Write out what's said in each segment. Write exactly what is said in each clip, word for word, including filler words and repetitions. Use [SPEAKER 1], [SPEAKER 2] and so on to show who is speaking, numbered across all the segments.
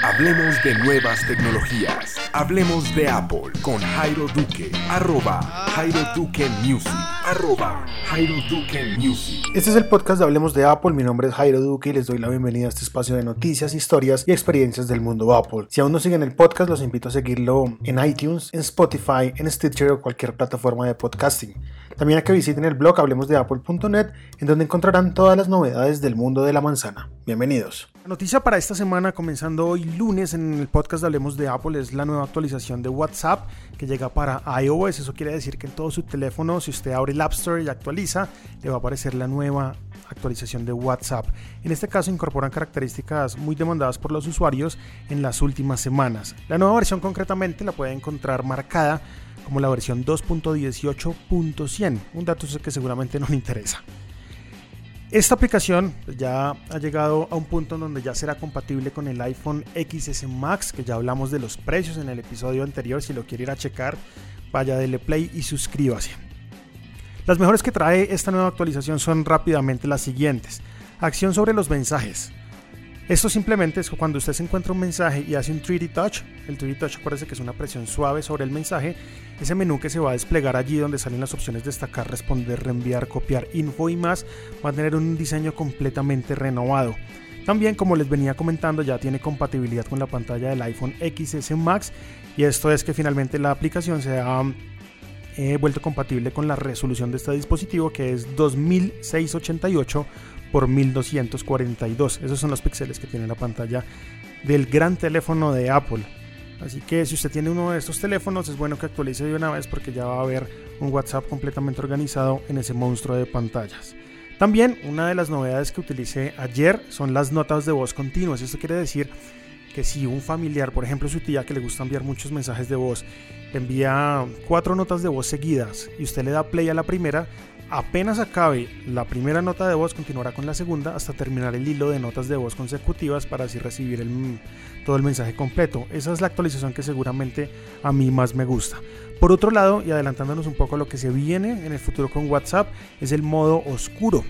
[SPEAKER 1] Hablemos de nuevas tecnologías. Hablemos de Apple con Jairo Duque. Arroba Jairo Duque Music. Arroba Jairo Duque Music.
[SPEAKER 2] Este es el podcast de Hablemos de Apple. Mi nombre es Jairo Duque y les doy la bienvenida a este espacio de noticias, historias y experiencias del mundo Apple. Si aún no siguen el podcast, los invito a seguirlo en iTunes, en Spotify, en Stitcher o cualquier plataforma de podcasting. También a que visiten el blog hablemos de apple punto net, en donde encontrarán todas las novedades del mundo de la manzana. Bienvenidos. La noticia para esta semana, comenzando hoy lunes en el podcast de Hablemos de Apple, es la nueva actualización de WhatsApp que llega para iOS. Eso quiere decir que en todo su teléfono, si usted abre el App Store y actualiza, le va a aparecer la nueva actualización de WhatsApp. En este caso incorporan características muy demandadas por los usuarios en las últimas semanas. La nueva versión concretamente la puede encontrar marcada como la versión dos punto dieciocho punto cien, un dato que seguramente no le interesa. Esta aplicación ya ha llegado a un punto en donde ya será compatible con el iPhone X S Max, que ya hablamos de los precios en el episodio anterior. Si lo quiere ir a checar, vaya, dele play y suscríbase. Las mejores que trae esta nueva actualización son rápidamente las siguientes. Acción sobre los mensajes. Esto simplemente es cuando usted se encuentra un mensaje y hace un tres D Touch. El tres D Touch, acuérdese que es una presión suave sobre el mensaje. Ese menú que se va a desplegar allí donde salen las opciones destacar, responder, reenviar, copiar, info y más, va a tener un diseño completamente renovado. También, como les venía comentando, ya tiene compatibilidad con la pantalla del iPhone X S Max, y esto es que finalmente la aplicación se ha eh, vuelto compatible con la resolución de este dispositivo, que es dos mil seiscientos ochenta y ocho por mil doscientos cuarenta y dos. Esos son los píxeles que tiene la pantalla del gran teléfono de Apple. Así que si usted tiene uno de estos teléfonos, es bueno que actualice de una vez, porque ya va a haber un WhatsApp completamente organizado en ese monstruo de pantallas. También una de las novedades que utilicé ayer son las notas de voz continuas. Esto quiere decir que si un familiar, por ejemplo su tía, que le gusta enviar muchos mensajes de voz, le envía cuatro notas de voz seguidas y usted le da play a la primera, apenas acabe la primera nota de voz, continuará con la segunda hasta terminar el hilo de notas de voz consecutivas para así recibir el, todo el mensaje completo. Esa es la actualización que seguramente a mí más me gusta. Por otro lado, y adelantándonos un poco a lo que se viene en el futuro con WhatsApp, es el modo oscuro.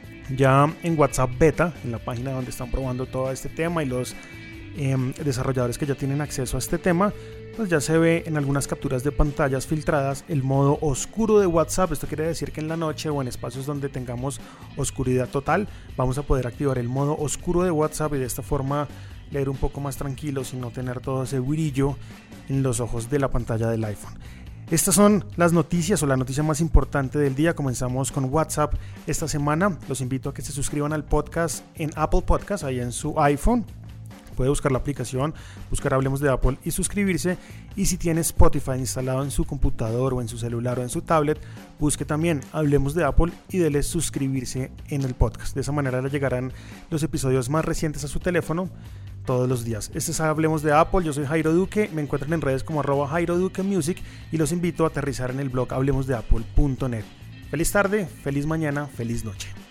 [SPEAKER 2] Ya en WhatsApp Beta, en la página donde están probando todo este tema y los eh, desarrolladores que ya tienen acceso a este tema, pues ya se ve en algunas capturas de pantallas filtradas el modo oscuro de WhatsApp. Esto quiere decir que en la noche o en espacios donde tengamos oscuridad total, vamos a poder activar el modo oscuro de WhatsApp y de esta forma leer un poco más tranquilo sin no tener todo ese brillo en los ojos de la pantalla del iPhone. Estas son las noticias o la noticia más importante del día. Comenzamos con WhatsApp esta semana. Los invito a que se suscriban al podcast en Apple Podcast, ahí en su iPhone. Puede buscar la aplicación, buscar Hablemos de Apple y suscribirse. Y si tiene Spotify instalado en su computador o en su celular o en su tablet, busque también Hablemos de Apple y dele suscribirse en el podcast. De esa manera le llegarán los episodios más recientes a su teléfono todos los días. Este es Hablemos de Apple. Yo soy Jairo Duque. Me encuentran en redes como arroba Jairo Duque Music y los invito a aterrizar en el blog hablemos de apple punto net. Feliz tarde, feliz mañana, feliz noche.